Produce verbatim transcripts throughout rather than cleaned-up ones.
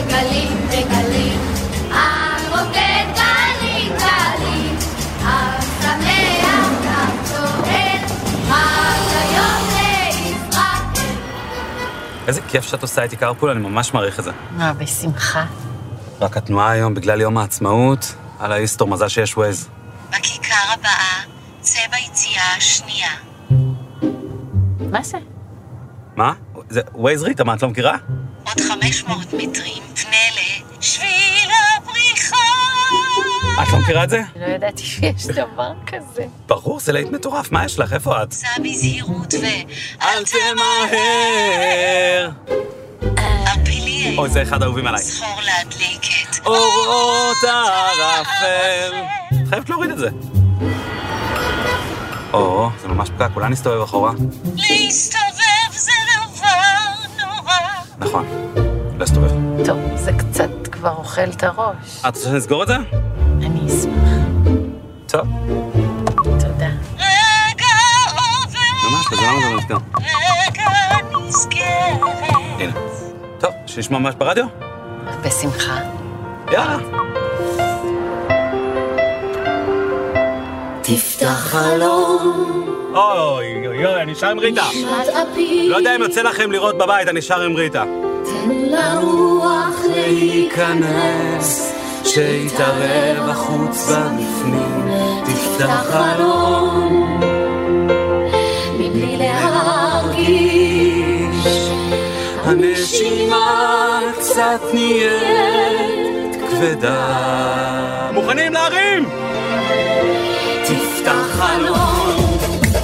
גלים וגלים, הרוקד גלים גלים, השמח גם צועד, רק היום לישראל. איזה כיף שאת עושה איתי קרפול, אני ממש מעריך את זה. מה, בשמחה. רק התנועה היום בגלל יום העצמאות, על האיסטור, מזל שיש ווייז. בכיכר הבאה, צבע יציאה השנייה. מה זה? מה? זה ווייז ריטה, מה, את לא מכירה? עוד חמש מאות מטרים, פנה לשביל הבריחה. את לא מכירה את זה? לא ידעתי שיש דבר כזה. ברור, זה להיט מטורף, מה יש לך? איפה את? סע בזהירות ו... אל תמהר! הרפלי אוי, זה אחד האהובים עליי. זכור להדליק את אורות הערפל. חייבת להוריד את זה. או, זה ממש פקק, אולי נסתובב אחורה. להסתובב זה דבר נורא. נכון, להסתובב. טוב, זה קצת כבר אוכל את הראש. את רוצה שנסגור את זה? אני אשמח. טוב. תודה. רגע עובר, ממש, אז למה זה נסגר? רגע נסגרת. הנה. טוב, שנשמע ממש ברדיו? בשמחה. יאללה. תפתח חלום, אוי, אוי, אוי, אני שר עם ריטה. נשמת אפי, לא יודע אם יוצא לכם לראות בבית, אני שר עם ריטה. תן לרוח להיכנס, שיתערב החוץ בפנים, תפתח חלום, מבלי להרגיש, הנשימה קצת נהיית כבדה. מוכנים להרים? תפתח חלום,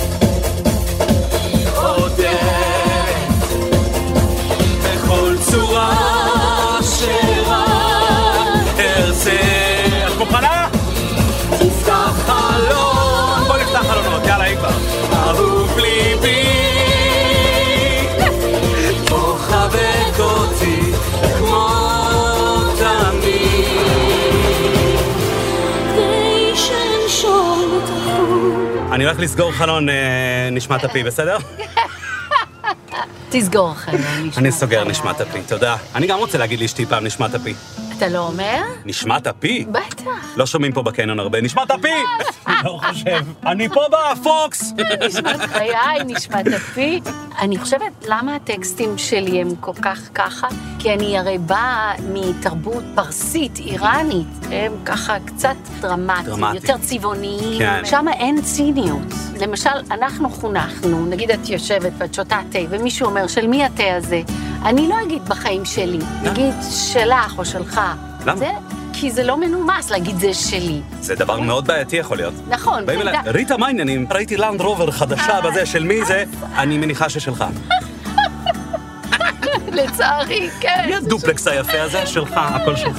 עודד, בכל צורה שרק ארצה. את מוכנה? תפתח חלום. בוא נפתח חלונות, יאללה, היא כבר. אהוב ליבי, בוא חבק אותי כמו תמיד. אני הולך לסגור חלון נשמת אפי, בסדר? תסגור חלון נשמת. אני סוגר נשמת אפי, תודה. אני גם רוצה להגיד לאשתי פעם נשמת אפי. אתה לא אומר? נשמת אפי? בטח. לא שומעים פה בקניון הרבה. נשמת אפי! לא חושב. אני פה בפוקס! נשמת חיי, נשמת אפי. אני חושבת, למה הטקסטים שלי הם כל כך ככה? כי אני הרי באה מתרבות פרסית, איראנית. הם ככה קצת דרמטיים, דרמטיים. יותר צבעוניים. כן. שם אין ציניות. למשל, אנחנו חונכנו, נגיד את יושבת ואת שותה תה, ומישהו אומר, של מי התה הזה? אני לא אגיד בחיים שלי, נגיד שלך או שלך. למה? זה, כי זה לא מנומס להגיד זה שלי. זה דבר מאוד בעייתי יכול להיות. נכון. באים אליי, ריטה, מה העניינים? ראיתי לנד רובר חדשה בזה, של מי זה? אני מניחה ששלך. לצערי, כן. מי הדופלקס היפה הזה? שלך, הכל שלך.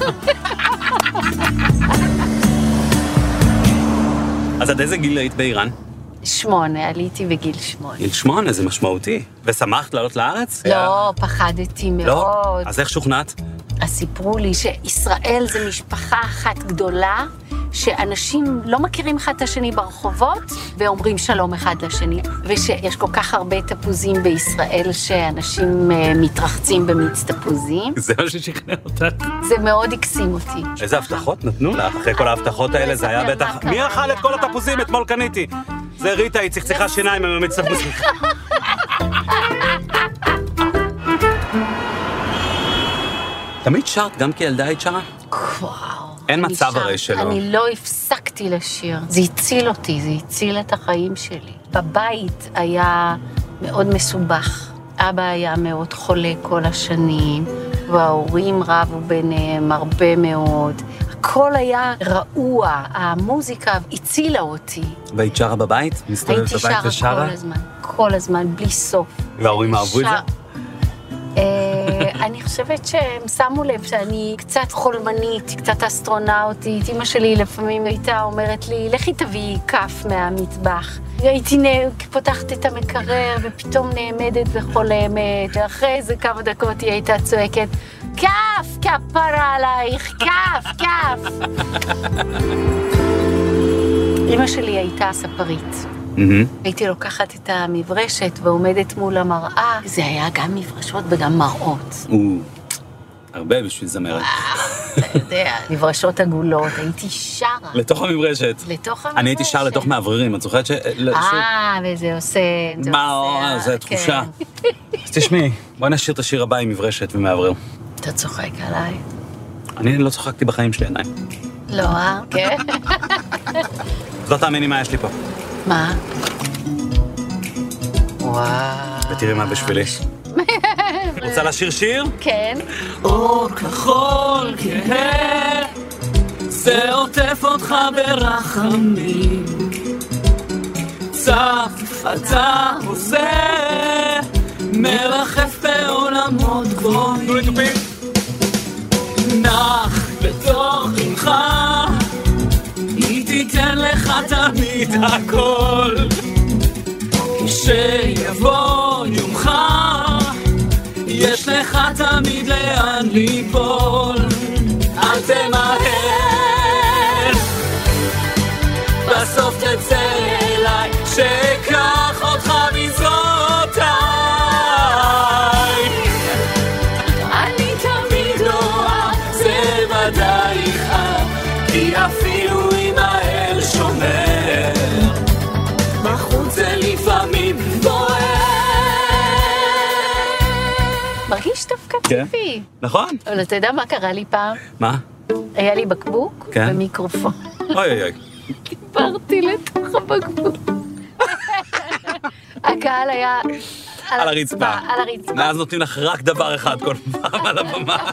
אז עד איזה גיל היית באיראן? שמונה, עליתי בגיל שמונה. גיל שמונה, זה משמעותי. ושמחת לעלות לארץ? לא, פחדתי מאוד. לא? אז איך שוכנעת? אז סיפרו לי שישראל זה משפחה אחת גדולה, שאנשים לא מכירים אחד את השני ברחובות, ואומרים שלום אחד לשני, ושיש כל כך הרבה תפוזים בישראל, שאנשים מתרחצים במיץ תפוזים. זה מה ששכנע אותך. זה מאוד הקסים אותי. איזה הבטחות נתנו לך? אחרי כל ההבטחות האלה זה היה בטח... מי אכל את כל התפוזים? אתמול קניתי. זה ריטה, היא צחצחה שיניים עם המיץ תפוזים. תמיד שרת, גם כילדה היית שרה? וואו. אין מצב הרי שלא. אני לא הפסקתי לשיר. זה הציל אותי, זה הציל את החיים שלי. בבית היה מאוד מסובך. אבא היה מאוד חולה כל השנים, וההורים רבו ביניהם הרבה מאוד. הכל היה רעוע, המוזיקה הצילה אותי. והיית שרה בבית? מסתובבת בבית ושרה? הייתי שרה כל הזמן, כל הזמן, בלי סוף. וההורים אהבו את זה? אני חושבת שהם שמו לב שאני קצת חולמנית, קצת אסטרונאוטית. אמא שלי לפעמים הייתה אומרת לי, לכי תביאי כף מהמטבח. הייתי פותחת את המקרר ופתאום נעמדת וחולמת, ואחרי איזה כמה דקות היא הייתה צועקת, כף, כפרה עלייך, כף, כף. אמא שלי הייתה ספרית. הייתי לוקחת את המברשת ועומדת מול המראה. זה היה גם מברשות וגם מראות. הרבה בשביל זמרת. אתה יודע, מברשות עגולות, הייתי שרה. לתוך המברשת. לתוך המברשת. אני הייתי שר לתוך מאווררים, את זוכרת ש... אה, וזה עושה... מה, זה תחושה. אז תשמעי, בואי נשאיר את השיר הבא עם מברשת ומאוורר. אתה צוחק עליי? אני לא צוחקתי בחיים שלי עדיין. לא, אה? כן. לא תאמיני מה יש לי פה. מה? וואו. ותראי מה בשבילי. רוצה לשיר שיר? כן. אור כחול כהה, זה עוטף אותך ברחמים, צף אתה עושה, מרחף בעולמות גבוהים. תנו לי טופים. נח בתוך עמך, היא תיתן לך תמיד הכל, כשיבוא יומך, יש לך תמיד לאן ליפול. אל תמהר, בסוף תצא אליי, שיקח אותך מזרועותיי. אני תמיד לא אעשה ודאי חם, כי אפילו אם האל שומר, בחוץ זה לפעמים בוער. מרגיש דווקא כן. טבעי. נכון? אבל אתה יודע מה קרה לי פעם? מה? היה לי בקבוק כן. ומיקרופון. אוי אוי אוי. דיברתי לתוך הבקבוק. הקהל היה... על הרצפה. על הרצפה. ואז נותנים לך רק דבר אחד כל פעם על הבמה.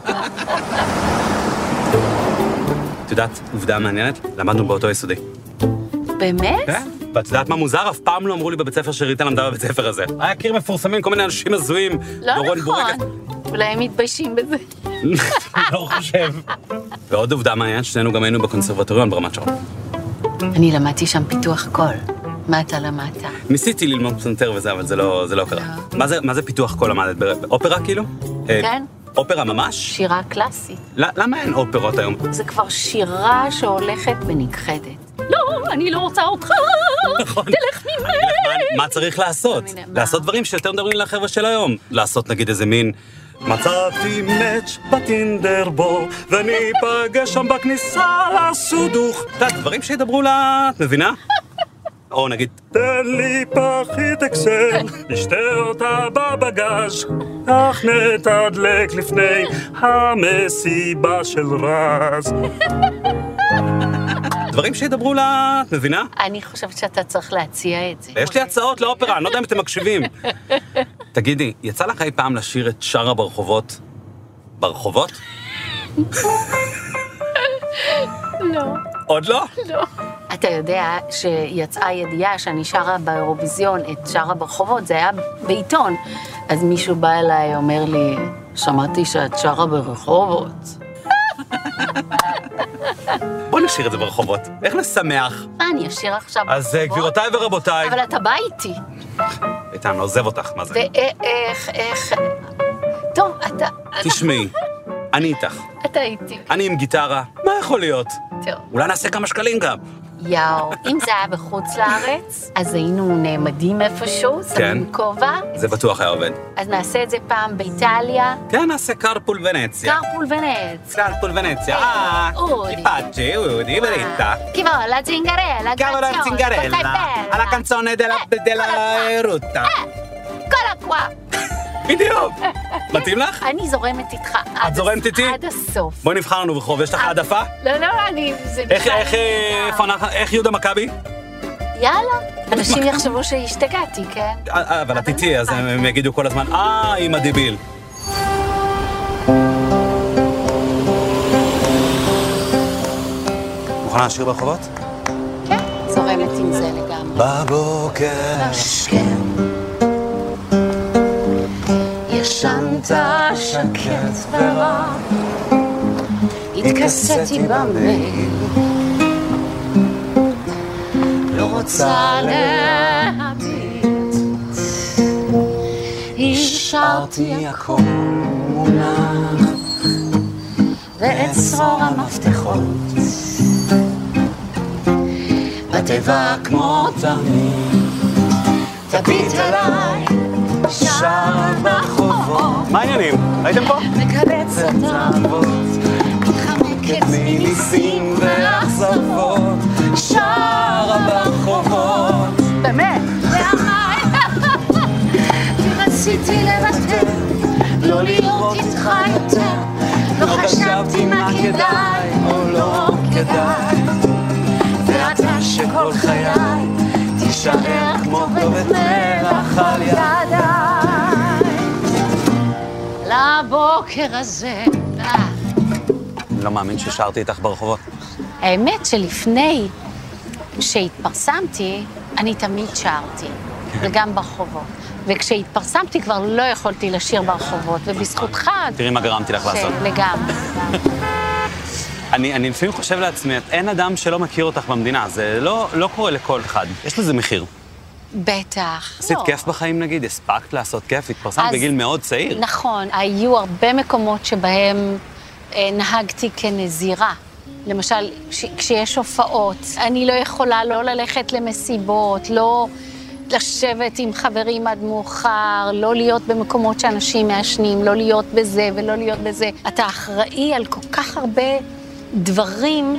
את יודעת, עובדה מעניינת? למדנו באותו יסודי. באמת? כן? ואת יודעת מה מוזר? אף פעם לא אמרו לי בבית ספר שריטה למדה בבית ספר הזה. היה קיר מפורסמים, כל מיני אנשים הזויים. לא דורון נכון. בורקת. אולי הם מתביישים בזה. לא חושב. ועוד עובדה מעניינת, שנינו גם היינו בקונסרבטוריון ברמת שרון. אני למדתי שם פיתוח קול. מה אתה למדת? ניסיתי ללמוד פסנתר וזה, אבל זה לא, זה לא קרה. מה זה, מה זה פיתוח קול למדת? באופרה כאילו? כן. אופרה ממש? שירה קלאסית. למה אין אופרות היום? זה כבר שירה שהולכת ונכחדת. לא, אני לא רוצה אותך. נכון. תלך ממני. מה צריך לעשות? לעשות דברים שיותר מדברים לחבר'ה של היום. לעשות נגיד איזה מין... מצאתי מאץ' בטינדר בו, ואני אפגש שם בכניסה לסודוך. אתה יודע, דברים שידברו לה... את מבינה? או נגיד, תן לי פחית אקסל, נשתה אותה בבגז', אך נתדלק לפני המסיבה של רז. דברים שידברו לה... את מבינה? אני חושבת שאתה צריך להציע את זה. יש לי הצעות לאופרה, אני לא יודע אם אתם מקשיבים. תגידי, יצא לך אי פעם לשיר את שרה ברחובות? ברחובות? לא. עוד לא? לא. אתה יודע שיצאה ידיעה שאני שרה באירוויזיון את שרה ברחובות, זה היה בעיתון. אז מישהו בא אליי, אומר לי, שמעתי שאת שרה ברחובות. בוא נשיר את זה ברחובות. איך נשמח? מה, אני אשיר עכשיו ברחובות? אז גבירותיי ורבותיי. אבל אתה בא איתי. איתן, עוזב אותך, מה זה? ואיך, איך... טוב, אתה... תשמעי, אני איתך. אתה איתי. אני עם גיטרה, מה יכול להיות? טוב. אולי נעשה כמה שקלים גם. יאו, אם זה היה בחוץ לארץ, אז היינו נעמדים איפשהו, שמים כובע. זה בטוח היה עובד. אז נעשה את זה פעם באיטליה. כן, נעשה קרפול ונציה. קרפול ונציה. קרפול ונציה. אה, אודי. פאצ'י, אודי, בריטה. Che va, la zingarella, Cavolo la zingarella, alla canzone della, della ruta. Eccola qua. בדיוק. מתאים לך? אני זורמת איתך. את זורמת איתי? עד הסוף. בואי נבחר לנו ברחוב, יש לך העדפה? לא, לא, אני... איך, איך, איפה אנחנו, איך יהודה מכבי? יאללה. אנשים יחשבו שהשתגעתי, כן? אבל את איתי, אז הם יגידו כל הזמן, אה, אמא דיביל. מוכנה לשיר ברחובות? כן, זורמת עם זה לגמרי. בבוקר השכם ישנת שקט ורע, התכסיתי במייל, לא רוצה להביט, השארתי הכל מונח ואת צרור המפתחות בתיבה כמו תמיד, תביט אליי שם בחובות. ברחוב. מה העניינים? הייתם פה? מקבץ את האבות, מתחמקת מניסים ואכזבות, שרה ברחובות. באמת? למה? כי רציתי לוותר, לא להיות איתך יותר, לא חשבתי מה כדאי או לא כדאי, ואתה שכל חיי תישאר כמו כתובת מלח על ידיי. לבוקר הזה. לא מאמין ששרתי איתך ברחובות. האמת שלפני שהתפרסמתי, אני תמיד שרתי, וגם ברחובות. וכשהתפרסמתי כבר לא יכולתי לשיר ברחובות, ובזכותך... תראי מה גרמתי לך לעשות. לגמרי. אני, אני לפעמים חושב לעצמי, אין אדם שלא מכיר אותך במדינה, זה לא, לא קורה לכל אחד. יש לזה מחיר. בטח. עשית לא. כיף בחיים נגיד? הספקת לעשות כיף? התפרסמת אז, בגיל מאוד צעיר. נכון. היו הרבה מקומות שבהם אה, נהגתי כנזירה. למשל, ש, כשיש הופעות, אני לא יכולה לא ללכת למסיבות, לא לשבת עם חברים עד מאוחר, לא להיות במקומות שאנשים מעשנים, לא להיות בזה ולא להיות בזה. אתה אחראי על כל כך הרבה דברים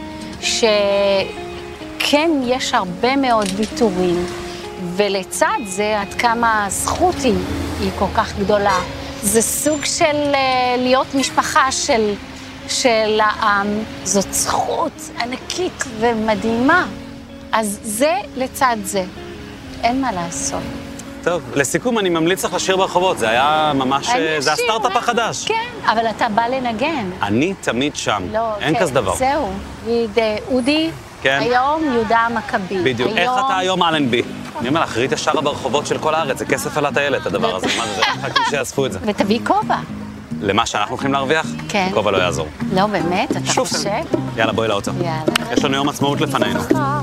שכן יש הרבה מאוד ויתורים, ולצד זה עד כמה הזכות היא, היא כל כך גדולה. זה סוג של להיות משפחה של, של העם, זאת זכות ענקית ומדהימה. אז זה לצד זה, אין מה לעשות. טוב, לסיכום אני ממליץ לך לשיר ברחובות, זה היה ממש, זה הסטארט-אפ החדש. כן, אבל אתה בא לנגן. אני תמיד שם, לא, אין כן, כזה דבר. זהו, ידי אודי, כן. היום יהודה המכבי. בדיוק, היום... איך אתה היום אל אנד בי? אני אומר לך, ריטה שרה ברחובות של כל הארץ, זה כסף על הטיילת הדבר הזה, מה זה, זה חכים שיאספו את זה. ותביא כובע. למה שאנחנו הולכים להרוויח? כן. כובע לא יעזור. לא, באמת? אתה שוב. חושב? יאללה, בואי לאוטו. יאללה. יש לנו יום עצמאות לפנינו.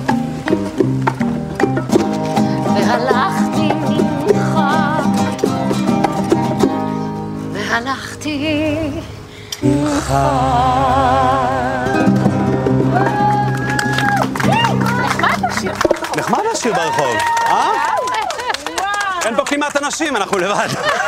והלכתי ממך, והלכתי ממך. נחמד לשיר. נחמד לשיר ברחוב, אה? אין פה כמעט אנשים, אנחנו לבד.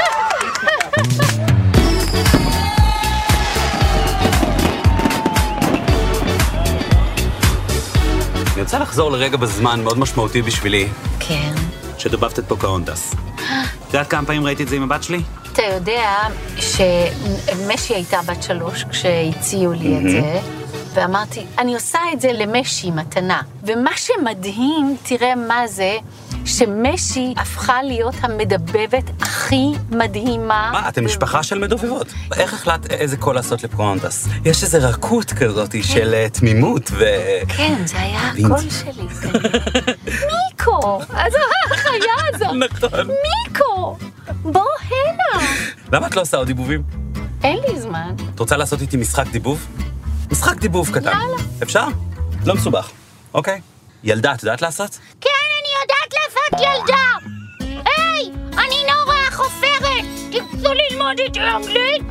אני רוצה לחזור לרגע בזמן מאוד משמעותי בשבילי. כן. שדובבת את פוקהונטס. את יודעת כמה פעמים ראיתי את זה עם הבת שלי? אתה יודע שמשי הייתה בת שלוש כשהציעו לי את זה, ואמרתי, אני עושה את זה למשי מתנה. ומה שמדהים, תראה מה זה, שמשי הפכה להיות המדבבת הכי מדהימה. מה, אתם משפחה של מדובבות. איך החלטת איזה קול לעשות לפוקהונטס? יש איזו רכות כזאת של תמימות ו... כן, זה היה הקול שלי. מיקו! אז החיה הזאת. נכון. מיקו! בוא הנה. למה את לא עושה עוד דיבובים? אין לי זמן. את רוצה לעשות איתי משחק דיבוב? משחק דיבוב קטן. יאללה. אפשר? לא מסובך. אוקיי. ילדה, את יודעת לעשות? כן, אני יודעת לעשות ילדה! היי, אני נורא חופרת! תרצו ללמוד איתי אנגלית?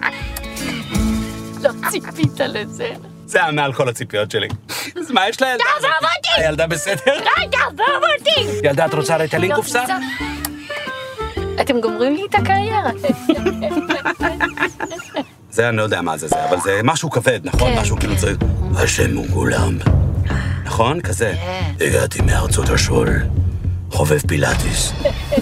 לא ציפית לזה. זה היה מעל כל הציפיות שלי. אז מה יש לילדה? תעזוב אותי! הילדה בסדר? די, תעזוב אותי! ילדה, את רוצה ראית לי קופסה? אתם גומרים לי את הקריירה. זה אני לא יודע מה זה זה, אבל זה משהו כבד, נכון? כן, משהו כאילו כן. צריך... השם הוא גולם. נכון? כזה. כן. הגעתי מארצות השול. חובב פילאטיס.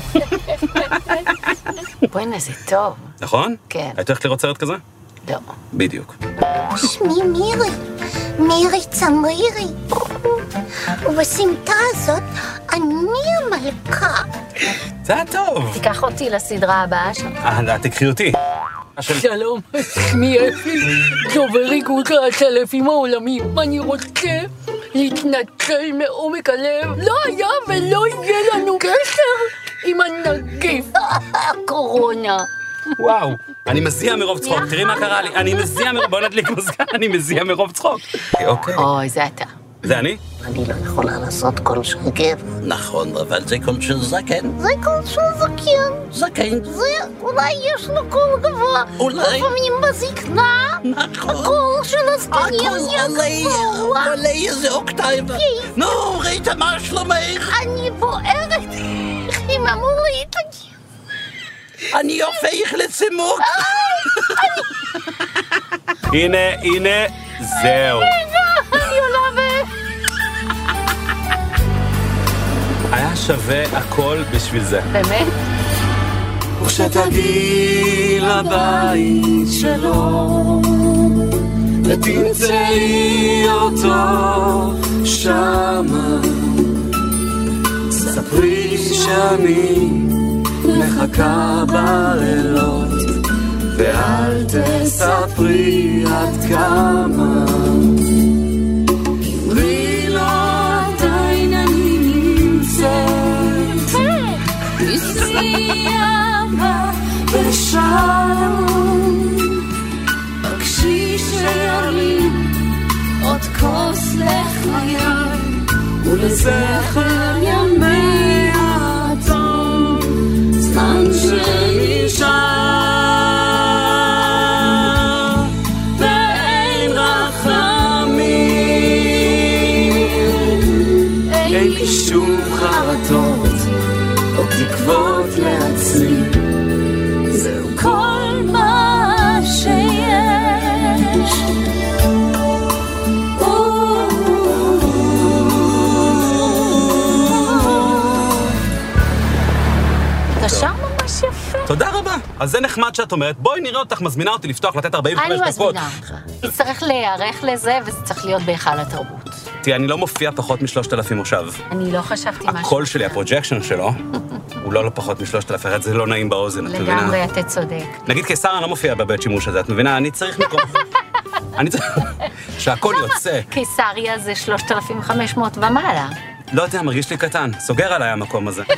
בוא'נה, זה טוב. נכון? כן. היית הולכת לראות סרט כזה? לא. בדיוק. שמי מירי, מירי צמרירי. ובסמטה הזאת אני המלכה. זה היה טוב. תיקח אותי לסדרה הבאה שלך. אה, תקחי אותי. שלום, שמי אפי, דובר איגוד העטלפים העולמיים. אני רוצה להתנצל מעומק הלב. לא היה ולא יהיה לנו קשר עם הנגיף הקורונה. וואו, אני מזיע מרוב צחוק. תראי מה קרה לי. אני מזיע מרוב... בוא נדליק מזגן, אני מזיע מרוב צחוק. אוקיי. אוי, זה אתה. זה אני? אני לא יכולה לעשות קול של גבר. נכון, אבל זה קול של זקן. זה קול של זקן. זקן. זה אולי יש לו קול גבוה. אולי. לפעמים בזקנה. נכון. הקול של הזקנים הכל יהיה גבוה. עולה איזה אוקטייבה. נו, ראית מה שלומך? אני בוערת. אם אמור להתעניין. אני הופך לצימוק. הנה, הנה, זהו. אני עולה ו... היה שווה הכל בשביל זה. באמת? וכשתגיעי לבית שלו ותמצאי אותו שמה, ספרי שאני מחכה בלילות, ואל תספרי עד כמה. אמרי לו עדיין אני נמצאת בשיא אהבה ושלום, בקשי שירים עוד כוס לחיי ולזכר ימי התום, זמן שנשאר ואין רחמים, אין לי שום חרטות או תקוות לעצמי, זהו כל מה שיש. אתה שר ממש יפה. תודה רבה. אז זה נחמד שאת אומרת, בואי נראה אותך, מזמינה אותי לפתוח, לתת ארבעים וחמש אני דקות. מזמינה אותך. נצטרך להיערך לזה, וזה צריך להיות בהיכל התרבות. תראי, אני לא מופיע פחות משלושת אלפים מושב. אני לא חשבתי משהו. הקול שלי, הפרוג'קשן שלו, הוא לא פחות משלושת אלפים, זה לא נעים באוזן, את מבינה? לגמרי, אתה צודק. נגיד קיסר, אני לא מופיע בבית שימוש הזה, את מבינה? אני צריך מקום. אני צריך... שהכל יוצא. קיסריה זה שלושת אלפים וחמש מאות ומעלה. לא יודע, מרגיש לי קטן. סוגר עליי המקום הזה.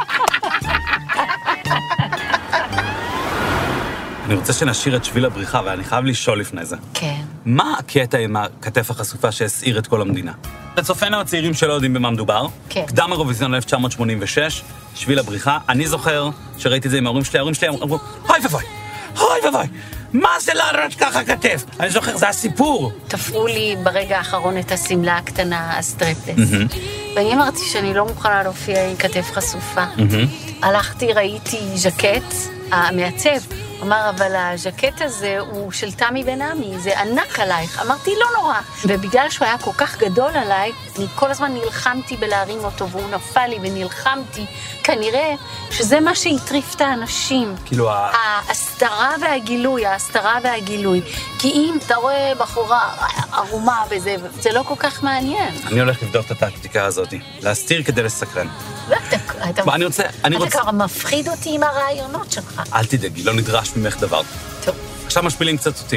אני רוצה שנשאיר את שביל הבריחה, ואני חייב לשאול לפני זה. כן. מה הקטע עם הכתף החשופה שהסעיר את כל המדינה? לצופינו הצעירים שלא יודעים במה מדובר. כן. קדם אירוויזיון אלף תשע מאות שמונים ושש, שביל הבריחה. אני זוכר שראיתי את זה עם ההורים שלי, ההורים שלי אמרו, אוי ובוי, אוי ובוי, מה זה להראות ככה כתף? אני זוכר, זה הסיפור. תפרו לי ברגע האחרון את הסמלה הקטנה, הסטרפלס. ואני אמרתי שאני לא מוכנה להופיע עם כתף חשופה. הלכתי, ראיתי ז'קט, המעצב, אמר, אבל הז'קט הזה הוא של תמי בן עמי, זה ענק עלייך. אמרתי, לא נורא. ובגלל שהוא היה כל כך גדול עליי, אני כל הזמן נלחמתי בלהרים אותו, והוא נפל לי ונלחמתי. כנראה שזה מה שהטריף את האנשים. כאילו ה... ההסתרה והגילוי, ההסתרה והגילוי. כי אם אתה רואה בחורה ערומה וזה, זה לא כל כך מעניין. אני הולך לבדוק את הטקטיקה הזאת. להסתיר כדי לסקרן. לא, אתה... אני רוצה... אני אתה רוצה... כבר מפחיד אותי עם הרעיונות שלך. אל תדאגי, לא נדרש ממך דבר. טוב. עכשיו משפילים קצת אותי.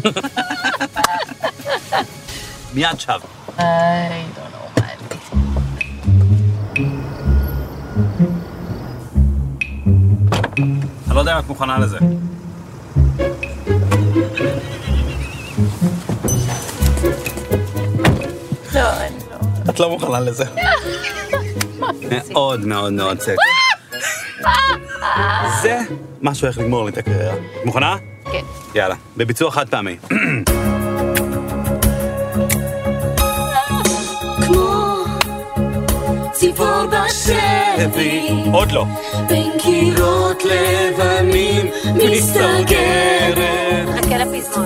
מיד שב. I don't know what. אני לא יודע אם את מוכנה לזה. לא, אני לא. את לא מוכנה לזה. מאוד מאוד מאוד סקסי. זה מה שהולך לגמור לי את הקריירה. את מוכנה? כן. יאללה, בביצוע חד פעמי. כמו ציפור בשבי, עוד לא. בין קירות לבנים מסתגרת. חכה לפזמון.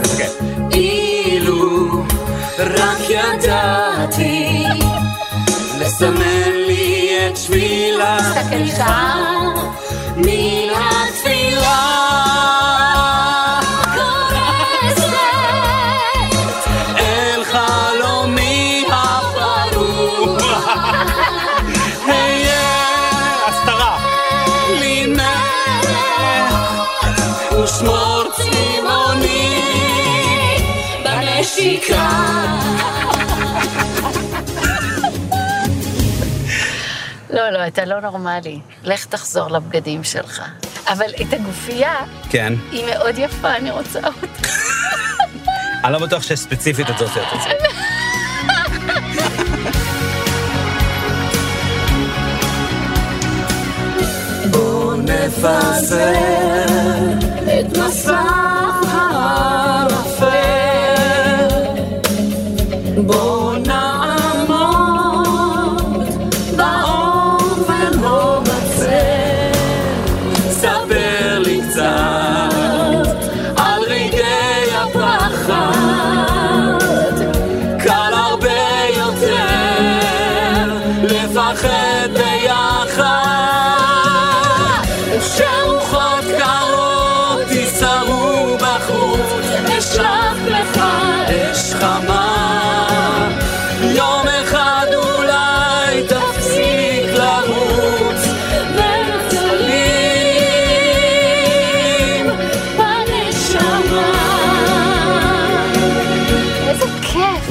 אילו רק ידעתי לסמן לי את שבילה תסתכל שם. מן התפילה קורסת אל חלומי הפרוע. היה הסתרה. לי מלך ושמור צבעוני בנשיקה. לא, לא, אתה לא נורמלי. לך תחזור לבגדים שלך. אבל את הגופייה, כן. היא מאוד יפה, אני רוצה אותה. אני לא בטוח שספציפית את זאת את זה. בוא נפזר את מסע הערפל, בוא נעמוד באור ולא בצל, ספר לי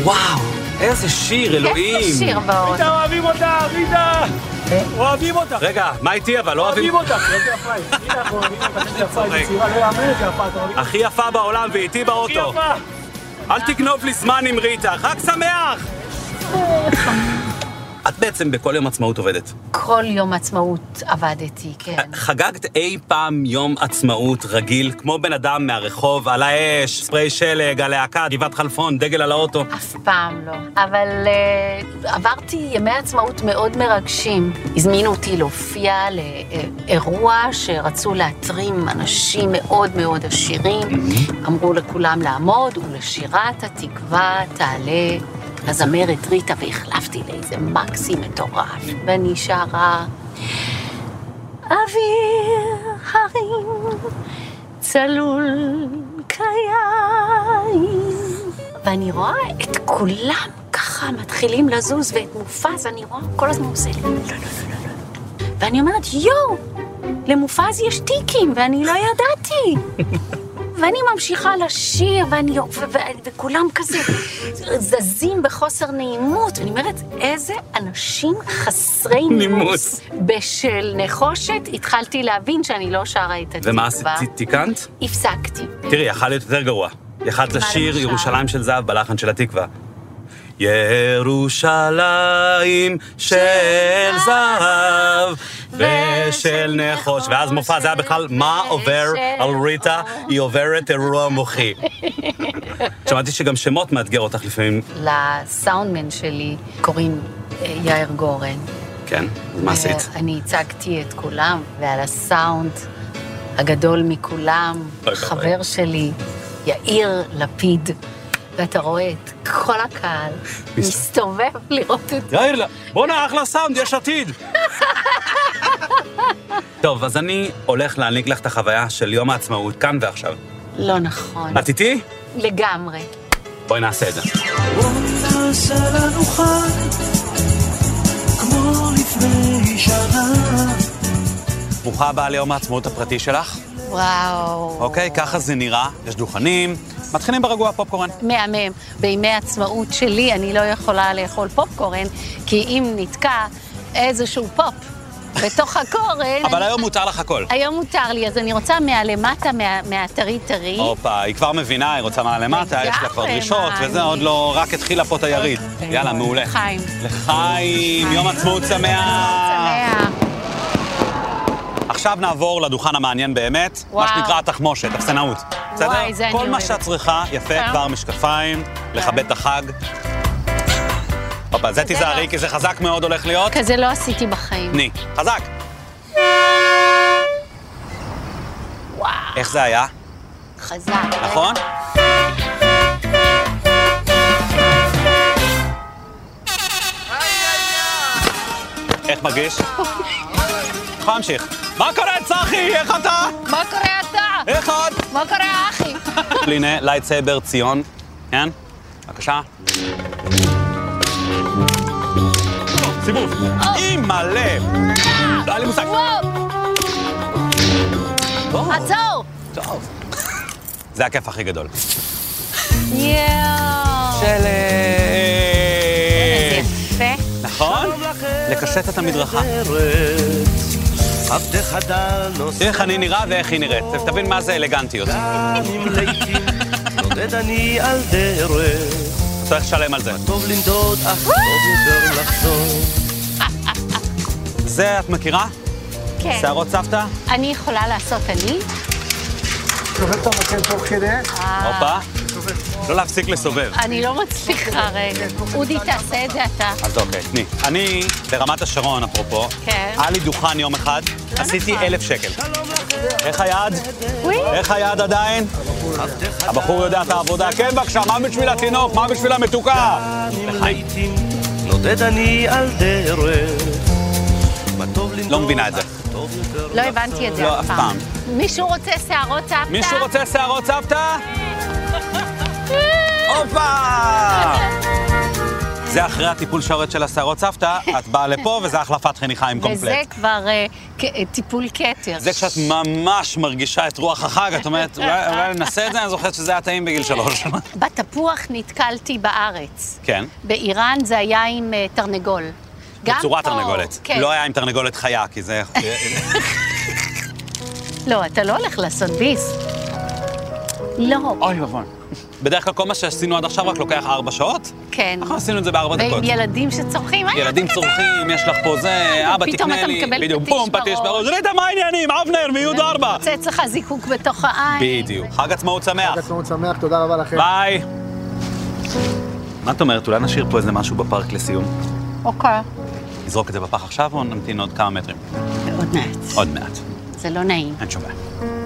וואו, איזה שיר, אלוהים. איזה שיר באוטו. ריטה, אוהבים אותה, ריטה! אוהבים אותה. רגע, מה איתי אבל? לא אוהבים? אוהבים אותה, איזה יפה היא. הנה אנחנו אוהבים אותה, איזה יפה היא, בצעירה, לא יאמן איזה יפה, אתה אוהבים? הכי יפה בעולם ואיתי באוטו. הכי יפה. אל תגנוב לי זמן עם ריטה, חג שמח! את בעצם בכל יום עצמאות עובדת. כל יום עצמאות עבדתי, כן. חגגת אי פעם יום עצמאות רגיל, כמו בן אדם מהרחוב, על האש, ספרי שלג, הלהקה, גבעת חלפון, דגל על האוטו? אף פעם לא. אבל uh, עברתי ימי עצמאות מאוד מרגשים. הזמינו אותי להופיע לאירוע שרצו להתרים אנשים מאוד מאוד עשירים. אמרו לכולם לעמוד, ולשירת התקווה תעלה הזמרת ריטה, והחלפתי לאיזה מקסי מטורף. ואני שרה, אוויר הרים צלול קיים. ואני רואה את כולם ככה מתחילים לזוז, ואת מופז אני רואה כל הזמן עושה לי, לא, לא, לא, לא, לא. ואני אומרת, יו, למופז יש טיקים, ואני לא ידעתי. ואני ממשיכה לשיר, ואני, ו- ו- וכולם כזה זזים בחוסר נעימות. ואני אומרת, איזה אנשים חסרי נימוס. בשל נחושת התחלתי להבין שאני לא שרה את התקווה. ומה עשית? תיקנת? הפסקתי. תראי, יכל להיות יותר גרוע. יכלת לשיר ירושלים של זהב בלחן של התקווה. ירושלים של זהב ושל נחוש. ואז מופע זה היה בכלל מה עובר על ריטה, היא עוברת אירוע מוחי. שמעתי שגם שמות מאתגר אותך לפעמים. לסאונדמן שלי קוראים יאיר גורן. כן, מה עשית? אני הצגתי את כולם, ועל הסאונד הגדול מכולם, חבר שלי, יאיר לפיד. ואתה רואה את כל הקהל מסתובב לראות את... יאיר, בוא'נה, אחלה סאונד, יש עתיד. טוב, אז אני הולך להעניק לך את החוויה של יום העצמאות, כאן ועכשיו. לא נכון. את איתי? לגמרי. בואי נעשה את זה. בוא נעשה לנו חג, כמו לפני שנה. ברוכה הבאה ליום העצמאות הפרטי שלך. וואו. אוקיי, ככה זה נראה, יש דוכנים. מתחילים ברגוע פופקורן. מהמם. בימי העצמאות שלי אני לא יכולה לאכול פופקורן, כי אם נתקע איזשהו פופ בתוך הקורן... אבל היום מותר לך הכל. היום מותר לי, אז אני רוצה מהלמטה, מהטרי טרי. הופה, היא כבר מבינה, היא רוצה מהלמטה, יש לה כבר דרישות, וזה עוד לא, רק התחילה פה את היריד. יאללה, מעולה. לחיים. לחיים, יום עצמאות שמח. שמח. עכשיו נעבור לדוכן המעניין באמת, מה שנקרא התחמושת, אפסנאות. בסדר? וואי, זה אני כל מה אוהבת. שאת צריכה, יפה, כבר משקפיים, לכבד את החג. הופה, זה תיזהרי, כי זה חזק מאוד הולך להיות. כזה לא עשיתי בחיים. ני, חזק. וואו. איך זה היה? חזק. נכון? איך מרגיש? יכול להמשיך. מה קורה, צחי? איך אתה? מה קורה אתה? איך את? מה קורה, אחי? הנה, לייטסייבר ציון. כן? בבקשה. סיבוב. אימא'לה. לא היה לי מושג. וואו. עצור. טוב. זה הכיף הכי גדול. יואו. שלג. איזה יפה. נכון? לקשט את המדרכה. עבדך דל נוסע. תראה איך אני נראה ואיך היא נראית. תבין מה זה אלגנטיות. עם לעיתים נודד אני על דרך. צריך לשלם על זה. טוב לנדוד, אך טוב יותר לחזור. זה את מכירה? כן. שערות סבתא? אני יכולה לעשות אני? סובב את המקל תוך כדי. הופה. לא להפסיק לסובב. אני לא מצליחה רגע. אודי, תעשה את זה אתה. אז אוקיי, תני. אני, ברמת השרון, אפרופו, כן. היה לי דוכן יום אחד, עשיתי נכון. אלף שקל. איך היד? וואי. איך היד עדיין? הבחור יודע את העבודה. כן, בבקשה, מה בשביל התינוק? מה בשביל המתוקה? עם לעיתים נודד אני על דרך. מה טוב לנדוד, לא מבינה את זה. אך טוב יותר לא הבנתי את זה לא, אף אף פעם. פעם. מישהו רוצה שערות סבתא? מישהו רוצה שערות סבתא? הופה! זה אחרי הטיפול שורש של השערות סבתא, את באה לפה וזה החלפת חניכיים קומפלט. וזה כבר uh, טיפול כתר. זה כשאת ממש מרגישה את רוח החג, את אומרת, אולי, אולי ננסה את זה, אני זוכרת שזה היה טעים בגיל שלוש. בתפוח נתקלתי בארץ. כן. באיראן זה היה עם uh, תרנגול. בצורת תרנגולת. כן. לא היה עם תרנגולת חיה, כי זה... לא, אתה לא הולך לעשות ביס. לא. אוי, בבון. בדרך כלל כל מה שעשינו עד עכשיו רק לוקח ארבע שעות. כן. אנחנו עשינו את זה בארבע דקות. ועם ילדים שצורכים. ילדים צורכים, יש לך פה זה, אבא תקנה לי. בדיוק, בום, פטיש בראש. רידה, מה העניינים? אבנר, מיוד ארבע. יוצא לך זיקוק בתוך העין. בדיוק. חג עצמאות שמח. חג עצמאות שמח, תודה רבה לכם. ביי. מה את אומרת? אולי נשאיר פה איזה משהו בפארק לסיום? אוקיי. נזרוק את זה בפח עכשיו או נמתין עוד כמה מטרים? עוד מעט. עוד מעט. זה לא נעים. אין שום בעיה.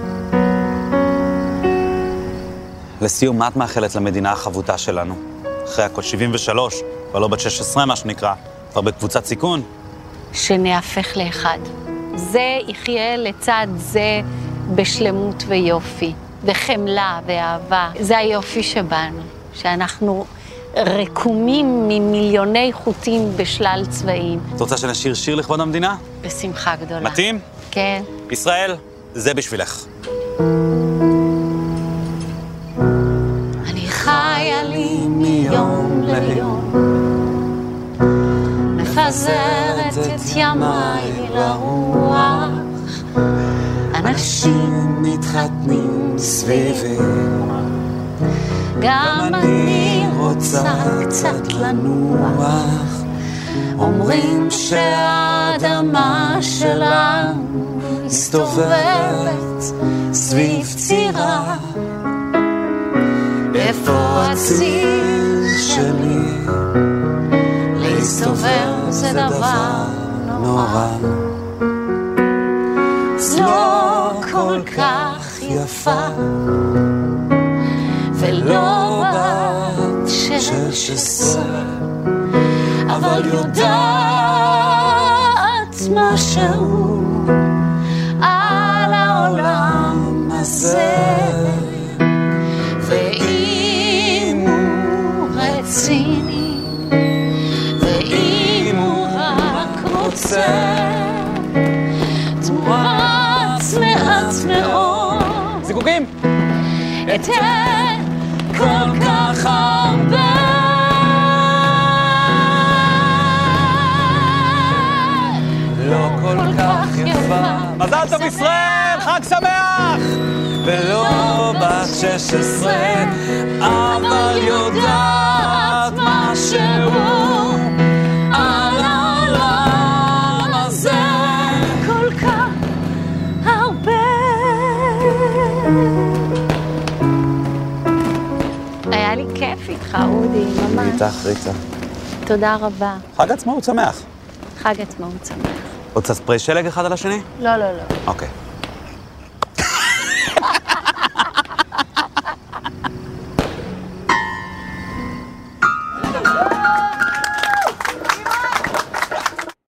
לסיום, מה את מאחלת למדינה החבוטה שלנו? אחרי הכל שבעים ושלוש, כבר לא בת שש עשרה מה שנקרא, כבר בקבוצת סיכון. שנהפך לאחד. זה יחיה לצד זה בשלמות ויופי, וחמלה ואהבה. זה היופי שבנו, שאנחנו רקומים ממיליוני חוטים בשלל צבעים. את רוצה שנשיר שיר לכבוד המדינה? בשמחה גדולה. מתאים? כן. ישראל, זה בשבילך. אני חיה לי מיום ליום, מפזרת את ימיי לרוח, אנשים מתחתנים סביבי, גם אני רוצה קצת לנוח, אומרים שהאדמה שלנו מסתובבת סביב צירה, איפה הציר שלי? להסתובב זה דבר נורא, לא כל כך יפה ולא בת שש עשרה, אבל יודעת משהו על העולם הזה, ואם הוא רציני, ואם הוא רק רוצה תמורת מעט מאוד זיקוקים! אתן כל כך הרבה, לא כל כך יפה. מזל טוב ישראל, חג שמח! ולא בת שש עשרה, אבל יודעת משהו על העולם הזה. כל כך הרבה. היה לי כיף איתך, אודי, ממש. איתך, ריצה. תודה רבה. חג עצמאות שמח. חג עצמאות שמח. עוד קצת ספרי שלג אחד על השני? לא, לא, לא. אוקיי.